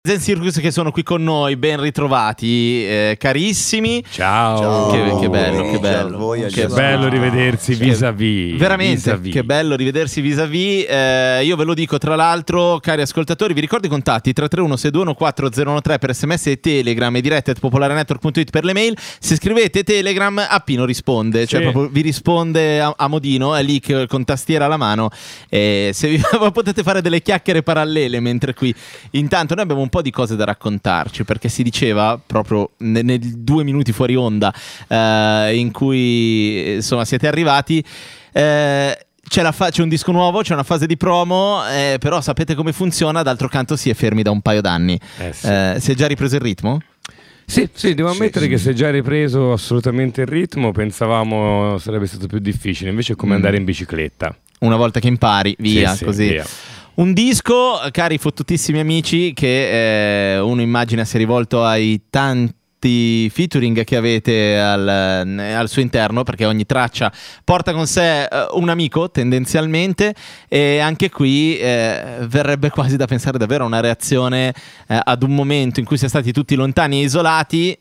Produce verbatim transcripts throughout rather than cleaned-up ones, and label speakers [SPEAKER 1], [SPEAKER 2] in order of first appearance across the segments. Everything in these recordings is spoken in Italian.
[SPEAKER 1] Zen Circus che sono qui con noi, ben ritrovati, eh, carissimi.
[SPEAKER 2] Ciao,
[SPEAKER 1] Ciao. Che, che bello, che bello,
[SPEAKER 2] voi,
[SPEAKER 1] che
[SPEAKER 2] bello rivedersi vis-à-vis.
[SPEAKER 1] Veramente,
[SPEAKER 2] vis-à-vis.
[SPEAKER 1] Che bello rivedersi vis-à-vis. Eh, io ve lo dico tra l'altro, cari ascoltatori, vi ricordo i contatti tre tre uno sei due uno quattro zero uno tre per sms e Telegram e dirette at popolarenetwork punto it per le mail. Se scrivete Telegram, Appino risponde,
[SPEAKER 2] sì.
[SPEAKER 1] cioè proprio vi risponde a, a modino, è lì che, con tastiera alla mano. Eh, se vi, potete fare delle chiacchiere parallele mentre qui. Intanto noi abbiamo un po' di cose da raccontarci, perché si diceva proprio nei, nei due minuti fuori onda eh, in cui insomma siete arrivati, eh, c'è, la fa- c'è un disco nuovo, c'è una fase di promo, eh, però sapete come funziona, d'altro canto si è fermi da un paio d'anni. Eh sì. eh, si è già ripreso il ritmo?
[SPEAKER 2] Sì, sì, devo ammettere
[SPEAKER 1] sì,
[SPEAKER 2] che
[SPEAKER 1] sì.
[SPEAKER 2] si è già ripreso assolutamente il ritmo. Pensavamo sarebbe stato più difficile, invece è come mm. andare in bicicletta.
[SPEAKER 1] Una volta che impari, via,
[SPEAKER 2] sì, sì,
[SPEAKER 1] così
[SPEAKER 2] via.
[SPEAKER 1] Un disco, cari fottutissimi amici, che eh, uno immagina si è rivolto ai tanti featuring che avete al, al suo interno, perché ogni traccia porta con sé uh, un amico tendenzialmente, e anche qui eh, verrebbe quasi da pensare davvero a una reazione eh, ad un momento in cui si è stati tutti lontani e isolati.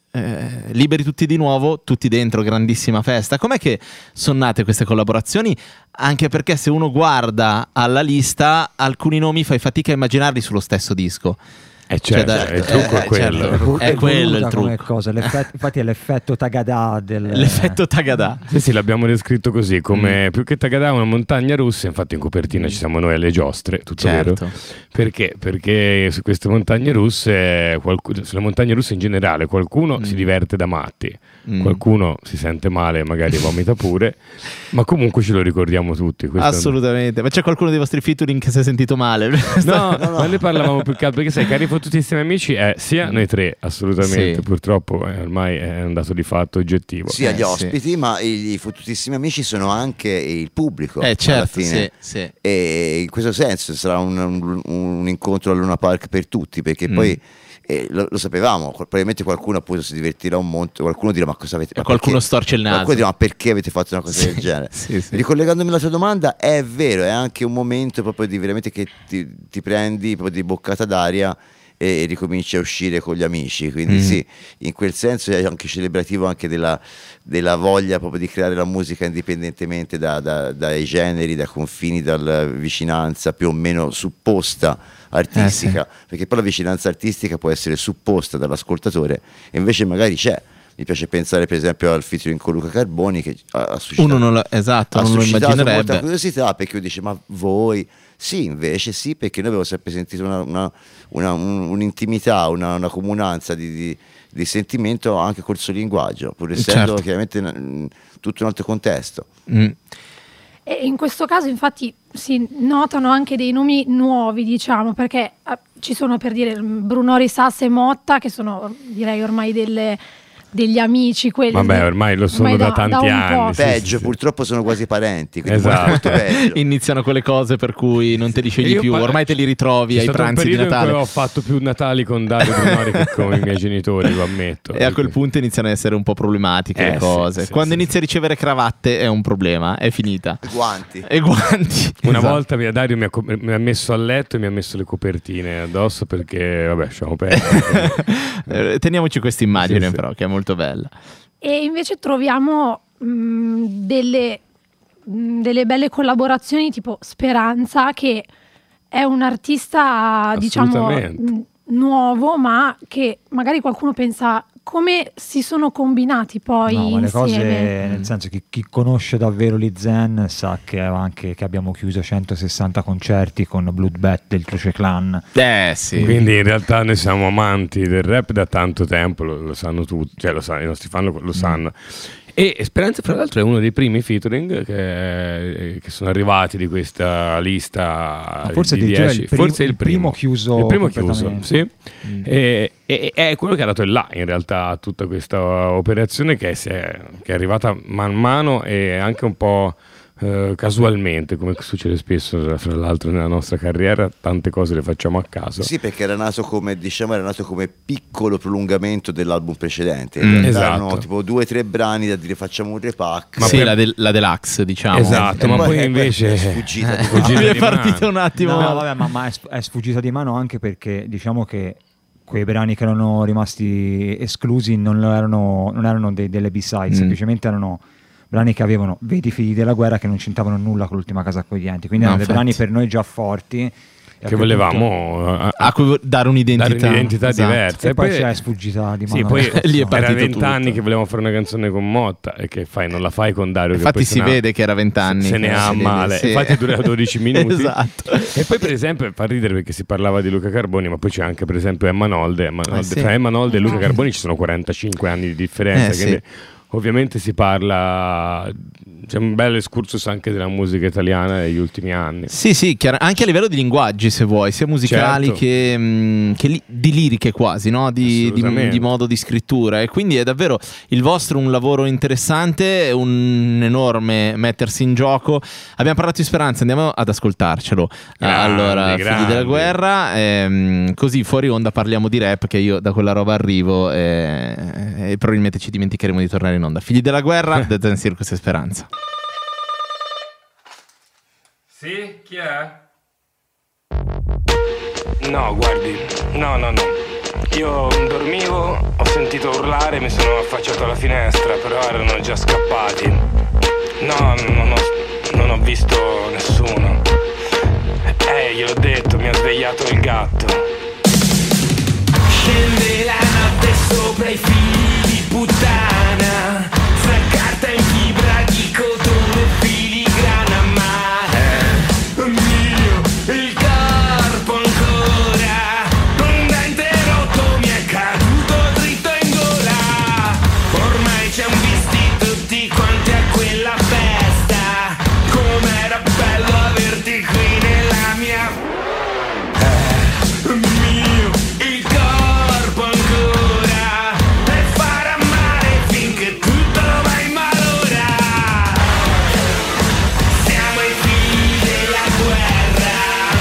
[SPEAKER 1] Eh, liberi tutti di nuovo, tutti dentro, grandissima festa. Com'è che sono nate queste collaborazioni? Anche perché se uno guarda alla lista, alcuni nomi fai fatica a immaginarli sullo stesso disco.
[SPEAKER 2] Eh certo,
[SPEAKER 1] cioè, da,
[SPEAKER 2] il trucco
[SPEAKER 1] eh,
[SPEAKER 2] è quello.
[SPEAKER 1] Certo, è, è quello il trucco.
[SPEAKER 3] Cosa. Infatti è l'effetto Tagadà del...
[SPEAKER 1] L'effetto Tagadà.
[SPEAKER 2] Sì, sì, l'abbiamo descritto così, come mm. più che Tagadà una montagna russa. Infatti in copertina mm. ci siamo noi alle giostre, tutto
[SPEAKER 1] certo.
[SPEAKER 2] vero? Perché? Perché su queste montagne sulle montagne russe in generale qualcuno mm. si diverte da matti, mm. qualcuno si sente male, magari vomita pure, ma comunque ce lo ricordiamo tutti.
[SPEAKER 1] Assolutamente. È... Ma c'è qualcuno dei vostri featuring che si è sentito male?
[SPEAKER 2] No, no, no. Ma ne parlavamo più che altro, perché sai, cari fottutissimi amici, è sia noi tre, assolutamente, sì. purtroppo eh, ormai è un dato di fatto oggettivo.
[SPEAKER 4] Sia
[SPEAKER 2] eh,
[SPEAKER 4] gli ospiti,
[SPEAKER 2] sì.
[SPEAKER 4] ma i fottutissimi amici sono anche il pubblico.
[SPEAKER 1] Eh certo,
[SPEAKER 4] alla fine.
[SPEAKER 1] Sì, sì.
[SPEAKER 4] E in questo senso sarà un, un, un incontro a Luna Park per tutti, perché mm. poi eh, lo, lo sapevamo, probabilmente qualcuno appunto si divertirà un monte, qualcuno dirà ma cosa avete fatto?
[SPEAKER 1] Qualcuno perché? storce il naso.
[SPEAKER 4] Qualcuno dirà ma perché avete fatto una cosa
[SPEAKER 1] sì,
[SPEAKER 4] del genere?
[SPEAKER 1] Sì, sì.
[SPEAKER 4] Ricollegandomi alla tua domanda, è vero, è anche un momento proprio di veramente che ti, ti prendi proprio di boccata d'aria e ricominci a uscire con gli amici, quindi mm. sì, in quel senso è anche celebrativo anche della, della voglia proprio di creare la musica indipendentemente da, da, dai generi, dai confini, dalla vicinanza più o meno supposta artistica, eh sì. perché poi la vicinanza artistica può essere supposta dall'ascoltatore e invece magari c'è. Mi piace pensare per esempio al featuring con Luca Carboni che ha suscitato,
[SPEAKER 1] uno non lo, esatto,
[SPEAKER 4] ha
[SPEAKER 1] non lo immaginerebbe.
[SPEAKER 4] molta curiosità, perché io dice ma voi sì, invece sì, perché noi abbiamo sempre sentito una, una, una, un, un'intimità, una, una comunanza di, di, di sentimento anche col suo linguaggio, pur essendo certo. chiaramente n- tutto un altro contesto.
[SPEAKER 1] Mm.
[SPEAKER 5] E in questo caso infatti si notano anche dei nomi nuovi, diciamo, perché eh, ci sono, per dire, Brunori, Sassa e Motta, che sono direi ormai delle... degli amici, quelli
[SPEAKER 2] vabbè ormai lo sono ormai da, da tanti da anni
[SPEAKER 4] peggio,
[SPEAKER 2] sì, sì,
[SPEAKER 4] purtroppo sono quasi parenti, quindi
[SPEAKER 2] esatto.
[SPEAKER 4] molto peggio.
[SPEAKER 1] Iniziano quelle cose per cui non te li scegli più,
[SPEAKER 2] par-
[SPEAKER 1] ormai te li ritrovi ai pranzi di Natale.
[SPEAKER 2] In cui ho fatto più Natali con Dario Brunori che con i miei genitori, lo ammetto,
[SPEAKER 1] e a quel punto iniziano ad essere un po' problematiche
[SPEAKER 2] eh,
[SPEAKER 1] le cose,
[SPEAKER 2] sì,
[SPEAKER 1] quando
[SPEAKER 2] sì,
[SPEAKER 1] inizi
[SPEAKER 2] sì.
[SPEAKER 1] a ricevere cravatte è un problema, è finita.
[SPEAKER 4] E guanti
[SPEAKER 1] e guanti
[SPEAKER 2] una
[SPEAKER 1] esatto.
[SPEAKER 2] volta Dario mi ha, mi ha messo a letto e mi ha messo le copertine addosso, perché vabbè lasciamo perdere.
[SPEAKER 1] Teniamoci questa immagine
[SPEAKER 2] sì,
[SPEAKER 1] però
[SPEAKER 2] sì.
[SPEAKER 1] che è molto bella.
[SPEAKER 5] E invece troviamo mh, delle, mh, delle belle collaborazioni tipo Speranza, che è un artista diciamo mh, nuovo, ma che magari qualcuno pensa come si sono combinati poi
[SPEAKER 3] no, ma le
[SPEAKER 5] insieme.
[SPEAKER 3] cose, nel senso che chi conosce davvero gli Zen sa che anche che abbiamo chiuso centosessanta concerti con Bloodbath del Truce Clan.
[SPEAKER 1] Eh sì.
[SPEAKER 2] Quindi in realtà noi siamo amanti del rap da tanto tempo, lo, lo sanno tutti, cioè lo sanno, i nostri fan lo, lo sanno. E Speranza fra l'altro è uno dei primi featuring che, che sono arrivati di questa lista,
[SPEAKER 3] ma forse
[SPEAKER 2] di dieci,
[SPEAKER 3] il, prim-
[SPEAKER 2] forse il primo,
[SPEAKER 3] il primo chiuso,
[SPEAKER 2] il primo chiuso, sì.
[SPEAKER 3] Mm.
[SPEAKER 2] E, e, è quello che ha dato il là in realtà a tutta questa operazione che, si è, che è arrivata man mano e anche un po' Uh, casualmente, come succede spesso fra l'altro nella nostra carriera, tante cose le facciamo a caso.
[SPEAKER 4] Sì, perché era nato come, diciamo, era nato come piccolo prolungamento dell'album precedente.
[SPEAKER 2] Mm,
[SPEAKER 4] esatto.
[SPEAKER 2] Esatto.
[SPEAKER 4] Tipo due o tre brani da dire facciamo un repack.
[SPEAKER 1] Ma sì,
[SPEAKER 2] per...
[SPEAKER 1] la, de- la deluxe, diciamo.
[SPEAKER 2] Esatto,
[SPEAKER 4] E
[SPEAKER 2] ma
[SPEAKER 4] poi-
[SPEAKER 2] poi
[SPEAKER 4] e
[SPEAKER 2] invece
[SPEAKER 4] è sfuggita di
[SPEAKER 2] sfuggita
[SPEAKER 1] Mi è
[SPEAKER 2] di
[SPEAKER 1] partito
[SPEAKER 2] mano.
[SPEAKER 1] un attimo.
[SPEAKER 3] No, vabbè, ma, ma è, è sfuggita di mano anche perché diciamo che quei brani che erano rimasti esclusi non erano, non erano dei, delle B-side,
[SPEAKER 1] Mm.
[SPEAKER 3] semplicemente erano brani che avevano, vedi, Figli della guerra, che non c'entravano nulla con l'ultima casa accoglienti, quindi
[SPEAKER 1] No,
[SPEAKER 3] erano dei
[SPEAKER 1] infatti.
[SPEAKER 3] brani per noi già forti. e a
[SPEAKER 2] Che
[SPEAKER 3] quel punto-
[SPEAKER 2] volevamo uh,
[SPEAKER 1] A cui dare un'identità,
[SPEAKER 2] dare un'identità
[SPEAKER 1] Esatto.
[SPEAKER 2] diversa.
[SPEAKER 3] E poi c'è sfuggita di mano.
[SPEAKER 2] Sì, poi
[SPEAKER 1] Lì è
[SPEAKER 2] era
[SPEAKER 1] partito
[SPEAKER 2] vent'anni
[SPEAKER 1] tutto.
[SPEAKER 2] che volevamo fare una canzone con Motta e che fai, non la fai con Dario. che
[SPEAKER 1] Infatti
[SPEAKER 2] poi
[SPEAKER 1] si
[SPEAKER 2] se ne ha-
[SPEAKER 1] vede che era vent'anni.
[SPEAKER 2] se ne
[SPEAKER 1] che
[SPEAKER 2] ha
[SPEAKER 1] si vede,
[SPEAKER 2] male.
[SPEAKER 1] sì.
[SPEAKER 2] Infatti dura dodici minuti.
[SPEAKER 1] Esatto.
[SPEAKER 2] E poi per esempio fa ridere perché si parlava di Luca Carboni, ma poi c'è anche per esempio Emma Nolde. Emma Nolde-
[SPEAKER 1] Eh, sì.
[SPEAKER 2] Fra Emma Nolde e Luca Carboni ci sono quarantacinque anni di differenza,
[SPEAKER 1] Eh, sì.
[SPEAKER 2] quindi ovviamente si parla, c'è un bel excursus anche della musica italiana negli ultimi anni.
[SPEAKER 1] Sì, sì, chiaro- anche a livello di linguaggi, se vuoi, sia musicali
[SPEAKER 2] Certo.
[SPEAKER 1] che, mh, che li- di liriche quasi, no? di, di,
[SPEAKER 2] Assolutamente.
[SPEAKER 1] di modo di scrittura. E quindi è davvero il vostro un lavoro interessante, un enorme mettersi in gioco. Abbiamo parlato di Speranza, andiamo ad ascoltarcelo.
[SPEAKER 2] Grandi,
[SPEAKER 1] allora, Figli
[SPEAKER 2] grandi.
[SPEAKER 1] della guerra, ehm, così fuori onda parliamo di rap, che io da quella roba arrivo e, e probabilmente ci dimenticheremo di tornare in onda. Figli della guerra, The Zen Circus e Speranza.
[SPEAKER 2] Sì? Chi è? No, guardi, no, no, no. Io dormivo, ho sentito urlare, mi sono affacciato alla finestra, però erano già scappati. No, non ho, non ho visto nessuno. Eh, gliel'ho detto, mi ha svegliato il gatto.
[SPEAKER 6] Scende la notte sopra i figli di puttana, fra carta in fibra di cotone filigrana, ma è mio il corpo ancora, un dente rotto mi è caduto dritto in gola, ormai ci han visti tutti quanti a quella festa, com'era bello averti qui nella mia. È mio il corpo ancora, e far amare finché tutto va in malora. Siamo i figli della guerra,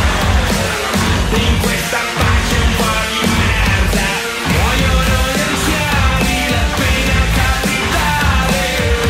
[SPEAKER 6] in questa pace un po' di merda, muoiono gli anziani, la pena capitale,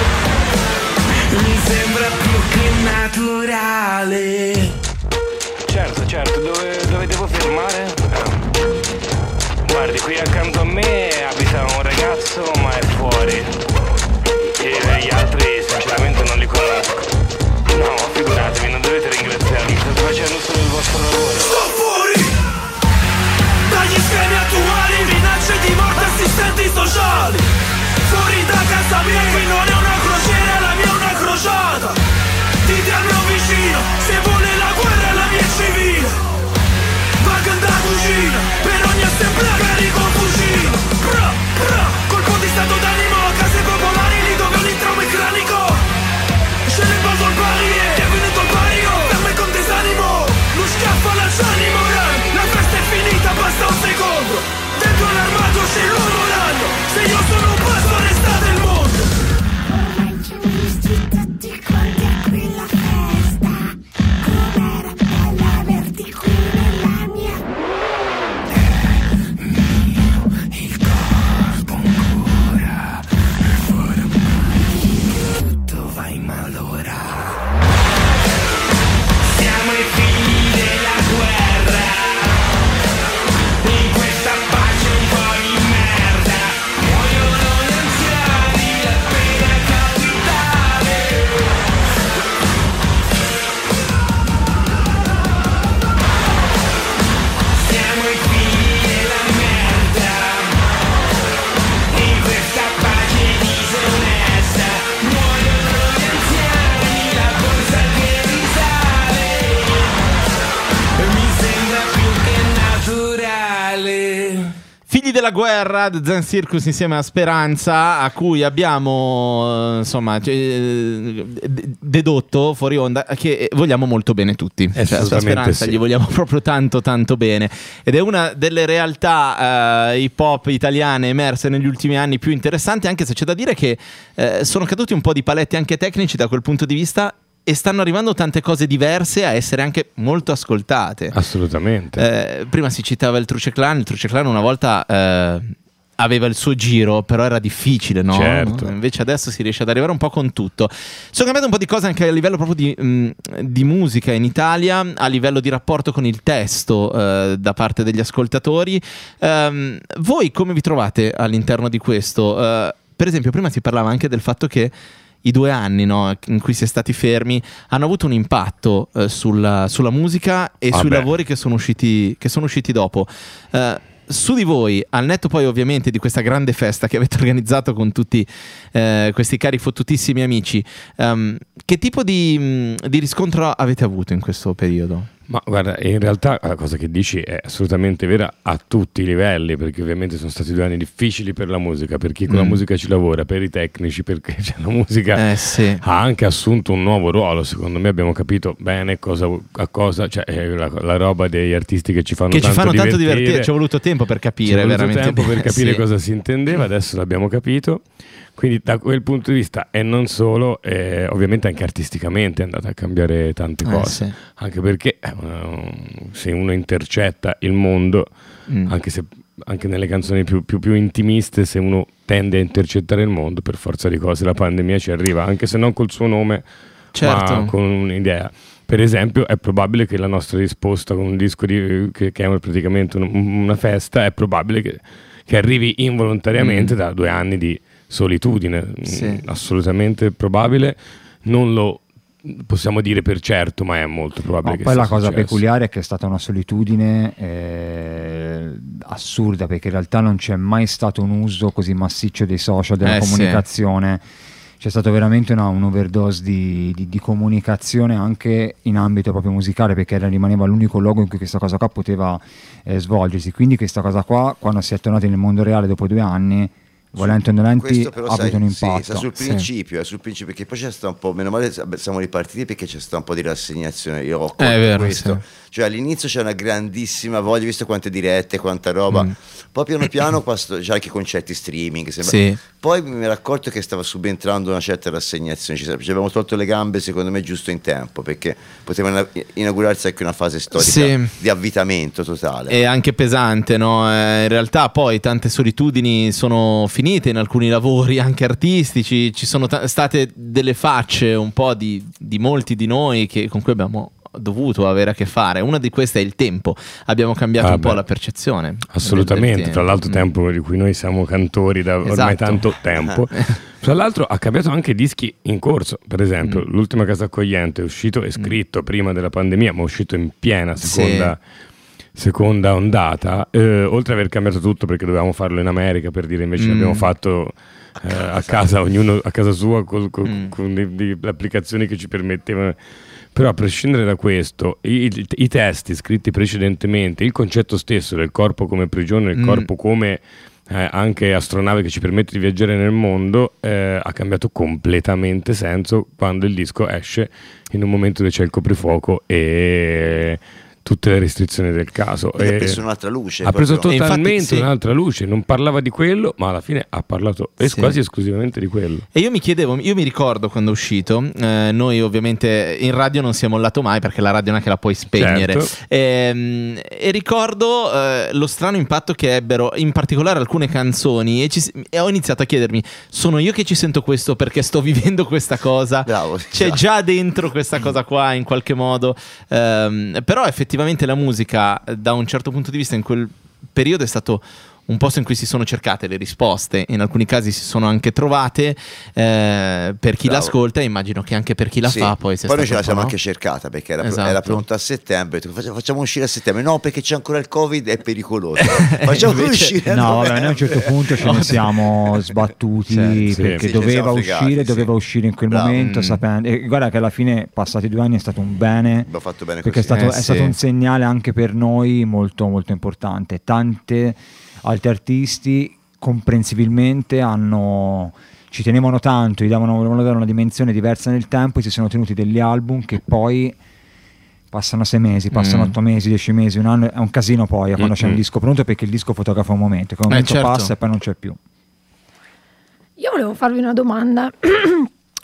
[SPEAKER 6] mi sembra più che naturale.
[SPEAKER 2] Certo, certo, dove, dove devo fermare? Eh. Guardi, qui accanto a me abita un ragazzo, ma è fuori. E gli altri sinceramente non li conosco. No, figuratevi, non dovete ringraziarmi, state facendo solo il vostro lavoro.
[SPEAKER 6] Sto fuori dagli schemi attuali, minacce di morte, assistenti sociali. Fuori da casa mia, qui non è una crociera, la mia è una crociata. Dite al mio vicino, se vuole la guerra la mia è civile. Vaga da cucina, per ogni assemblea carico fucile. Bra, bra, colpo di stato d'animo, case popolari lì dove ogni trauma è cranico. Ce ne poso il barriere, che è venuto il parico, per me con desanimo. Lo schiaffo all'animo, la festa è finita, basta un secondo. Dentro l'armadio c'è l'uomo volando, se io sono un passo restate il mondo.
[SPEAKER 7] Ormai ci ho visti tutti quanti a quella festa, com'era bello averti qui nella mia.
[SPEAKER 6] Il corpo ancora, fuori tutto va in malora. Siamo i figli della guerra, in questa pace un po' di merda, muoiono gli anziani, la pena capitale. Siamo i figli della merda, in questa pace disonesta, muoiono gli anziani, la borsa che risale, mi sembra più che naturale.
[SPEAKER 1] Figli della guerra, The Zen Circus insieme a Speranza, a cui abbiamo eh, insomma eh, d- dedotto fuori onda che vogliamo molto bene tutti. Cioè, a
[SPEAKER 2] Assolutamente
[SPEAKER 1] Speranza
[SPEAKER 2] sì.
[SPEAKER 1] gli vogliamo proprio tanto tanto bene, ed è una delle realtà eh, hip hop italiane emerse negli ultimi anni più interessanti, anche se c'è da dire che eh, sono caduti un po' di paletti anche tecnici da quel punto di vista. e stanno arrivando tante cose diverse a essere anche molto ascoltate.
[SPEAKER 2] Assolutamente.
[SPEAKER 1] Eh, prima si citava il Truce Clan, il Truce Clan una volta eh, aveva il suo giro, però era difficile, no?
[SPEAKER 2] Certo.
[SPEAKER 1] Invece adesso si riesce ad arrivare un po' con tutto. Sono cambiate un po' di cose anche a livello proprio di, mh, di musica in Italia, a livello di rapporto con il testo eh, da parte degli ascoltatori. Um, voi come vi trovate all'interno di questo? Uh, per esempio, prima si parlava anche del fatto che i due anni, no, in cui si è stati fermi hanno avuto un impatto uh, sulla, sulla musica e
[SPEAKER 2] ah
[SPEAKER 1] sui
[SPEAKER 2] beh.
[SPEAKER 1] lavori che sono usciti, che sono usciti dopo. Uh, su di voi, al netto poi ovviamente di questa grande festa che avete organizzato con tutti uh, questi cari fottutissimi amici, um, che tipo di, mh, di riscontro avete avuto in questo periodo?
[SPEAKER 2] Ma guarda, in realtà la cosa che dici è assolutamente vera a tutti i livelli, perché ovviamente sono stati due anni difficili per la musica, per chi con
[SPEAKER 1] mm.
[SPEAKER 2] la musica ci lavora, per i tecnici, perché cioè, la musica
[SPEAKER 1] eh, sì.
[SPEAKER 2] ha anche assunto un nuovo ruolo. Secondo me abbiamo capito bene cosa, a cosa, cioè la, la roba degli artisti che ci fanno
[SPEAKER 1] che
[SPEAKER 2] tanto
[SPEAKER 1] ci fanno
[SPEAKER 2] divertire.
[SPEAKER 1] tanto divertire. Ci è voluto tempo per capire,
[SPEAKER 2] ci è voluto
[SPEAKER 1] veramente
[SPEAKER 2] tempo per capire
[SPEAKER 1] sì.
[SPEAKER 2] cosa si intendeva, adesso l'abbiamo capito. Quindi da quel punto di vista, e non solo, eh, ovviamente anche artisticamente è andata a cambiare tante
[SPEAKER 1] Eh,
[SPEAKER 2] cose,
[SPEAKER 1] sì.
[SPEAKER 2] anche perché eh, se uno intercetta il mondo,
[SPEAKER 1] Mm.
[SPEAKER 2] anche se anche nelle canzoni più, più, più intimiste, se uno tende a intercettare il mondo, per forza di cose la pandemia ci arriva, anche se non col suo nome,
[SPEAKER 1] Certo.
[SPEAKER 2] ma con un'idea. Per esempio, è probabile che la nostra risposta con un disco di, che, che è praticamente un, una festa, è probabile che, che arrivi involontariamente
[SPEAKER 1] Mm.
[SPEAKER 2] da due anni di solitudine.
[SPEAKER 1] Sì.
[SPEAKER 2] Mm, assolutamente probabile, non lo possiamo dire per certo, ma è molto probabile
[SPEAKER 3] No,
[SPEAKER 2] che
[SPEAKER 3] poi
[SPEAKER 2] sia
[SPEAKER 3] la cosa
[SPEAKER 2] successo.
[SPEAKER 3] peculiare è che è stata una solitudine eh, assurda, perché in realtà non c'è mai stato un uso così massiccio dei social, della
[SPEAKER 1] Eh, sì.
[SPEAKER 3] comunicazione. C'è stato veramente una, un overdose di, di, di comunicazione anche in ambito proprio musicale, perché era, rimaneva l'unico luogo in cui questa cosa qua poteva eh, svolgersi. Quindi questa cosa qua, quando si è tornati nel mondo reale dopo due anni, volenti o nolenti,
[SPEAKER 4] Questo però,
[SPEAKER 3] ha
[SPEAKER 4] sai,
[SPEAKER 3] avuto un
[SPEAKER 4] sì,
[SPEAKER 3] impatto.
[SPEAKER 4] sta sul
[SPEAKER 3] Sì.
[SPEAKER 4] principio, è sul principio, perché poi c'è stato un po', meno male siamo ripartiti perché c'è stato un po' di rassegnazione. Io ho
[SPEAKER 1] È
[SPEAKER 4] colto
[SPEAKER 1] vero,
[SPEAKER 4] questo.
[SPEAKER 1] sì.
[SPEAKER 4] Cioè all'inizio c'è una grandissima voglia, visto quante dirette, quanta roba.
[SPEAKER 1] Mm.
[SPEAKER 4] Poi piano piano qua sto- c'è anche concerti streaming, sembra.
[SPEAKER 1] Sì.
[SPEAKER 4] Poi mi ero accorto che stava subentrando una certa rassegnazione, ci, ci avevamo tolto le gambe secondo me giusto in tempo, perché poteva ina- inaugurarsi anche una fase storica
[SPEAKER 1] Sì.
[SPEAKER 4] di avvitamento totale.
[SPEAKER 1] È anche pesante, no? Eh, in realtà poi tante solitudini sono finite in alcuni lavori anche artistici, ci sono ta- state delle facce un po' di, di molti di noi che, con cui abbiamo dovuto avere a che fare. Una di queste è il tempo, abbiamo cambiato
[SPEAKER 2] Ah,
[SPEAKER 1] un po'
[SPEAKER 2] beh.
[SPEAKER 1] la percezione.
[SPEAKER 2] Assolutamente,
[SPEAKER 1] del
[SPEAKER 2] tra l'altro
[SPEAKER 1] Mm.
[SPEAKER 2] tempo di cui noi siamo cantori da ormai
[SPEAKER 1] Esatto.
[SPEAKER 2] tanto tempo. Tra l'altro ha cambiato anche dischi in corso, per esempio
[SPEAKER 1] Mm.
[SPEAKER 2] l'ultima Casa Accogliente è uscito e scritto prima della pandemia, ma è uscito in piena seconda, seconda ondata, eh, oltre ad aver cambiato tutto perché dovevamo farlo in America, per dire, invece
[SPEAKER 1] Mm.
[SPEAKER 2] l'abbiamo fatto eh, a casa, ognuno a casa sua col- col-
[SPEAKER 1] Mm.
[SPEAKER 2] con le, le applicazioni che ci permettevano. Però a prescindere da questo, i, i- i testi scritti precedentemente, il concetto stesso del corpo come prigione, il
[SPEAKER 1] Mm.
[SPEAKER 2] corpo come eh, anche astronave che ci permette di viaggiare nel mondo, eh, ha cambiato completamente senso quando il disco esce in un momento dove c'è il coprifuoco e tutte le restrizioni del caso.
[SPEAKER 4] Quindi
[SPEAKER 2] E
[SPEAKER 4] ha preso un'altra luce.
[SPEAKER 2] ha preso
[SPEAKER 4] proprio.
[SPEAKER 1] E infatti,
[SPEAKER 2] totalmente
[SPEAKER 1] sì.
[SPEAKER 2] un'altra luce, non parlava di quello, ma alla fine ha parlato es-
[SPEAKER 1] Sì.
[SPEAKER 2] quasi esclusivamente di quello.
[SPEAKER 1] E io mi chiedevo, io mi ricordo quando è uscito, eh, noi ovviamente in radio non si è mollato mai perché la radio non è che la puoi spegnere.
[SPEAKER 2] Certo.
[SPEAKER 1] Ehm, e ricordo eh, lo strano impatto che ebbero, in particolare alcune canzoni, e, ci- e ho iniziato a chiedermi, sono io che ci sento questo perché sto vivendo questa cosa?
[SPEAKER 4] Bravo,
[SPEAKER 1] C'è
[SPEAKER 4] esatto.
[SPEAKER 1] già dentro questa cosa qua in qualche modo. Ehm, però effettivamente la musica, da un certo punto di vista, in quel periodo è stato un posto in cui si sono cercate le risposte, in alcuni casi si sono anche trovate, eh, per chi
[SPEAKER 4] Bravo.
[SPEAKER 1] l'ascolta, e immagino che anche per chi la
[SPEAKER 4] Sì.
[SPEAKER 1] fa poi sia
[SPEAKER 4] Poi noi ce
[SPEAKER 1] stato
[SPEAKER 4] la
[SPEAKER 1] un
[SPEAKER 4] siamo
[SPEAKER 1] po',
[SPEAKER 4] anche
[SPEAKER 1] no?
[SPEAKER 4] cercata perché era,
[SPEAKER 1] Esatto.
[SPEAKER 4] era pronta a settembre. Ho detto, "Faccia- facciamo uscire a settembre, no, perché c'è ancora il Covid, è pericoloso. Facciamo
[SPEAKER 1] Invece-
[SPEAKER 4] uscire a
[SPEAKER 3] No, vabbè,
[SPEAKER 4] novembre."
[SPEAKER 3] noi a un certo punto ce ne siamo sbattuti
[SPEAKER 1] Certo,
[SPEAKER 2] sì.
[SPEAKER 3] perché
[SPEAKER 4] Sì, ce ne
[SPEAKER 3] doveva
[SPEAKER 4] siamo
[SPEAKER 3] uscire,
[SPEAKER 4] fregati, sì.
[SPEAKER 3] doveva uscire in quel
[SPEAKER 4] Bravo.
[SPEAKER 3] momento,
[SPEAKER 1] Mm.
[SPEAKER 3] sapendo. E guarda che alla fine, passati due anni, è stato un bene.
[SPEAKER 4] Abbiamo fatto bene
[SPEAKER 3] Perché è
[SPEAKER 4] così.
[SPEAKER 3] stato,
[SPEAKER 1] Eh,
[SPEAKER 3] è stato
[SPEAKER 1] sì.
[SPEAKER 3] un segnale anche per noi molto molto importante. Tante altri artisti comprensibilmente hanno, ci tenevano tanto, gli davano, volevano dare una dimensione diversa nel tempo, e si sono tenuti degli album che poi passano sei mesi, passano
[SPEAKER 1] Mm.
[SPEAKER 3] otto mesi, dieci mesi, un anno, è un casino poi quando c'è un
[SPEAKER 2] Mm-mm.
[SPEAKER 3] disco pronto, perché il disco fotografa un momento, che un momento
[SPEAKER 1] certo.
[SPEAKER 3] passa e poi non c'è più.
[SPEAKER 5] Io volevo farvi una domanda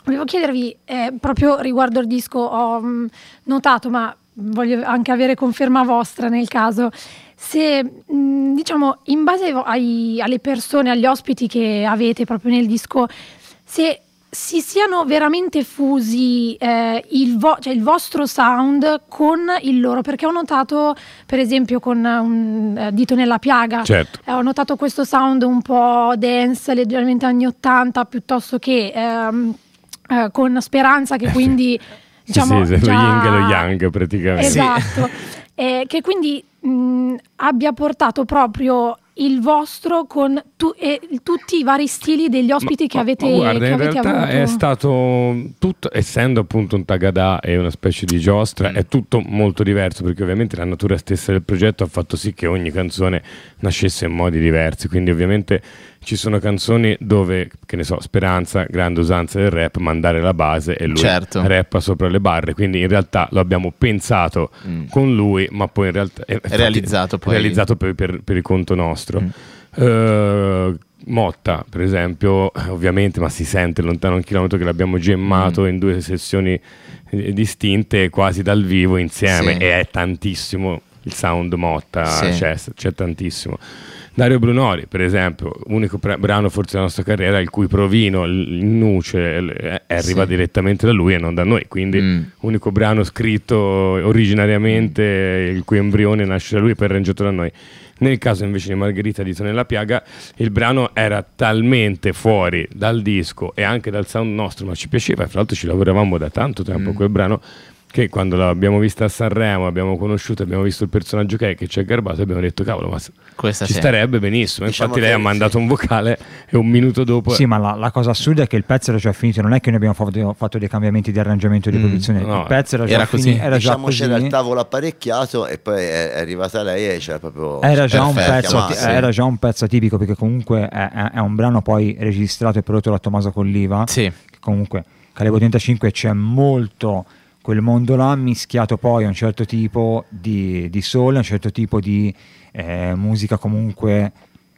[SPEAKER 5] volevo chiedervi, eh, proprio riguardo il disco, ho mh, notato, ma voglio anche avere conferma vostra nel caso, se mh, diciamo in base ai, alle persone, agli ospiti che avete proprio nel disco, se si siano veramente fusi eh, il, vo- cioè il vostro sound con il loro, perché ho notato per esempio con un eh, Dito nella piaga,
[SPEAKER 2] certo.
[SPEAKER 5] eh, ho notato questo sound un po' dance, leggermente anni ottanta, piuttosto che ehm, eh, con Speranza, che quindi diciamo
[SPEAKER 2] sì, sì,
[SPEAKER 5] già...
[SPEAKER 2] lo yin e lo yang praticamente.
[SPEAKER 5] Esatto, eh, che quindi mh, abbia portato proprio il vostro con tu, e tutti i vari stili degli ospiti
[SPEAKER 2] ma,
[SPEAKER 5] che avete,
[SPEAKER 2] ma guarda,
[SPEAKER 5] che
[SPEAKER 2] in
[SPEAKER 5] avete
[SPEAKER 2] realtà
[SPEAKER 5] avuto.
[SPEAKER 2] È stato tutto, essendo appunto un tagadà e una specie di giostra, mm. è tutto molto diverso, perché ovviamente la natura stessa del progetto ha fatto sì che ogni canzone nascesse in modi diversi, quindi ovviamente ci sono canzoni dove, che ne so, Speranza, grande usanza del rap, mandare la base e lui
[SPEAKER 1] certo.
[SPEAKER 2] rappa sopra le barre, quindi in realtà lo abbiamo pensato mm. con lui, ma poi in realtà è
[SPEAKER 1] realizzato, poi.
[SPEAKER 2] realizzato per, per, per il conto nostro. Mm. Uh, Motta per esempio, ovviamente, ma si sente lontano un chilometro che l'abbiamo gemmato mm. in due sessioni eh, distinte quasi dal vivo insieme, sì. e è tantissimo il sound Motta, sì. c'è, c'è tantissimo. Dario Brunori per esempio, unico pre- brano forse della nostra carriera il cui provino, il nuce eh, arriva sì. direttamente da lui e non da noi, quindi mm. unico brano scritto originariamente, mm. il cui embrione nasce da lui e poi arrangiato da noi. Nel caso invece di Margherita Dito nella piaga, il brano era talmente fuori dal disco e anche dal sound nostro, ma ci piaceva, e fra l'altro ci lavoravamo da tanto tempo a mm. quel brano, che quando l'abbiamo vista a Sanremo, abbiamo conosciuto, abbiamo visto il personaggio che è, che ci è garbato, e abbiamo detto cavolo, ma questa ci sì. starebbe benissimo. Diciamo infatti lei ha mandato sì. un vocale e un minuto dopo
[SPEAKER 3] sì, ma la, la cosa assurda è che il pezzo era già finito, non è che noi abbiamo fatto, fatto dei cambiamenti di arrangiamento e di mm, produzione, no, il pezzo era già
[SPEAKER 1] era così.
[SPEAKER 3] finito, era
[SPEAKER 4] diciamo
[SPEAKER 3] già così.
[SPEAKER 4] C'era il tavolo apparecchiato e poi è, è arrivata lei e c'era proprio
[SPEAKER 3] era già, un pezzo,
[SPEAKER 4] chiamata, sì.
[SPEAKER 3] era già un pezzo atipico, perché comunque è, è, è un brano poi registrato e prodotto da Tommaso Colliva,
[SPEAKER 1] sì.
[SPEAKER 3] che comunque Calebo trentacinque c'è molto quel mondo là mischiato poi a un certo tipo di, di soul, a un certo tipo di eh, musica comunque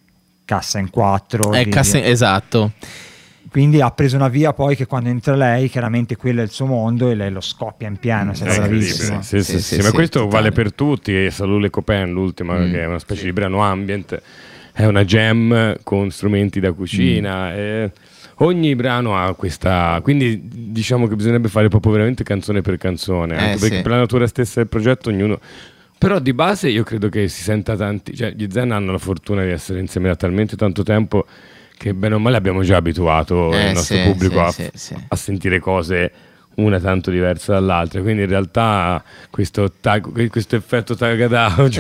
[SPEAKER 3] cassa in quattro.
[SPEAKER 1] Eh,
[SPEAKER 3] di,
[SPEAKER 1] cassa in, esatto.
[SPEAKER 3] Quindi ha preso una via poi che quando entra lei, chiaramente quello è il suo mondo e lei lo scoppia in piano, è bravissimo.
[SPEAKER 2] Sì, sì, sì, sì, sì, ma questo totale. Vale per tutti. Salou Le Copain, l'ultima, mm. che è una specie sì. di brano ambient, è una jam con strumenti da cucina. Mm. E ogni brano ha questa, quindi diciamo che bisognerebbe fare proprio veramente canzone per canzone, anche eh, perché sì. per la natura stessa del progetto ognuno. Però di base io credo che si senta tanti, cioè gli Zen hanno la fortuna di essere insieme da talmente tanto tempo che bene o male abbiamo già abituato eh, il nostro sì, pubblico sì, a, sì, sì. a sentire cose una tanto diversa dall'altra, quindi in realtà questo, tag, questo effetto tagadao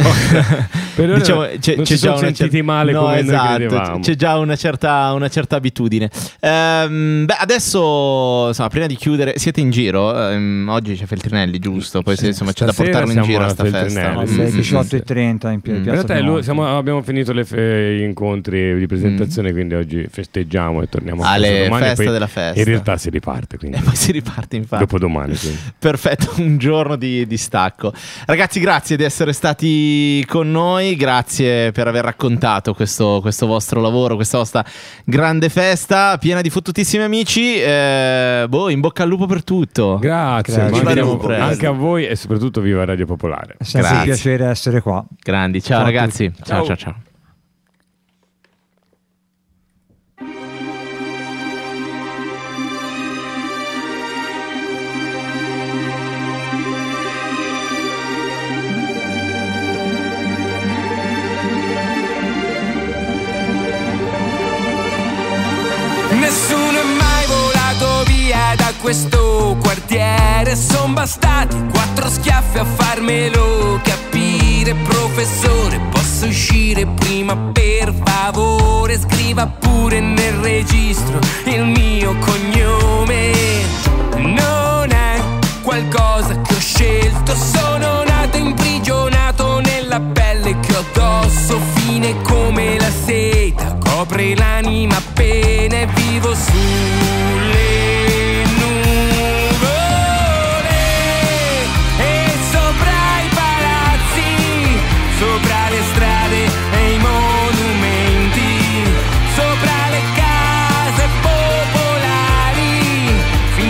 [SPEAKER 2] però
[SPEAKER 1] diciamo,
[SPEAKER 2] non,
[SPEAKER 1] c'è,
[SPEAKER 2] non
[SPEAKER 1] c'è
[SPEAKER 2] si sono sentiti
[SPEAKER 1] cer-
[SPEAKER 2] male
[SPEAKER 1] no,
[SPEAKER 2] come
[SPEAKER 1] esatto,
[SPEAKER 2] noi credevamo.
[SPEAKER 1] C'è già una certa, una certa abitudine. Ehm, beh, adesso insomma, prima di chiudere, siete in giro? Ehm, oggi c'è Feltrinelli, giusto? Poi
[SPEAKER 2] sì,
[SPEAKER 1] se, insomma, c'è da portarlo in giro a sta festa.
[SPEAKER 3] Alle mm, diciotto e trenta in piazza.
[SPEAKER 2] In realtà lui, siamo, abbiamo finito le fe- gli incontri di presentazione, mm. quindi oggi festeggiamo e torniamo a
[SPEAKER 1] alle
[SPEAKER 2] domani,
[SPEAKER 1] festa
[SPEAKER 2] poi
[SPEAKER 1] della festa.
[SPEAKER 2] In realtà si riparte, quindi.
[SPEAKER 1] E poi si riparte infatti.
[SPEAKER 2] Dopo domani. Sì.
[SPEAKER 1] Perfetto, un giorno di, di stacco. Ragazzi, grazie di essere stati con noi, grazie per aver raccontato questo, questo vostro lavoro, questa vostra grande festa piena di fottutissimi amici. Eh, boh, in bocca al lupo per tutto.
[SPEAKER 2] Grazie,
[SPEAKER 3] grazie.
[SPEAKER 2] Anche, lupo, anche a voi e soprattutto viva Radio Popolare.
[SPEAKER 3] È sempre un piacere essere qua.
[SPEAKER 1] Grandi, ciao, ciao ragazzi. Ciao, ciao, ciao.
[SPEAKER 6] Nessuno è mai volato via da questo quartiere. Son bastati quattro schiaffi a farmelo capire. Professore, posso uscire prima per favore? Scriva pure nel registro il mio cognome. Non è qualcosa che ho scelto. Sono nato imprigionato nella pelle che ho addosso. Fine come la seta, copre l'anima appena e vivo sulle nuvole e sopra i palazzi, sopra le strade e i monumenti, sopra le case popolari,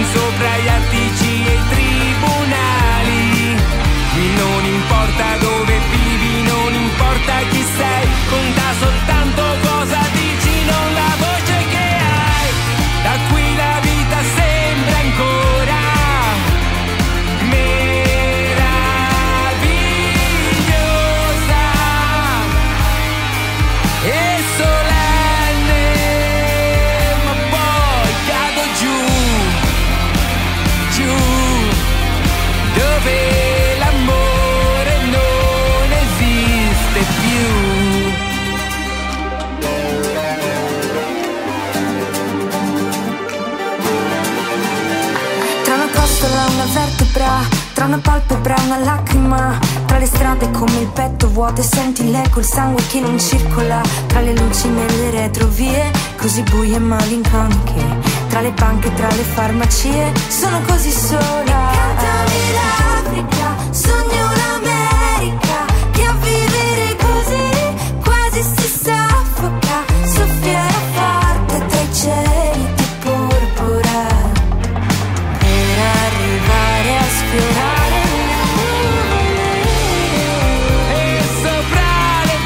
[SPEAKER 8] vertebra, tra una palpebra e una lacrima, tra le strade come il petto vuoto e senti l'eco, il sangue che non circola, tra le luci nelle retrovie, così buie e malinconiche, tra le banche, tra le farmacie, sono così sola. Cantami l'Africa,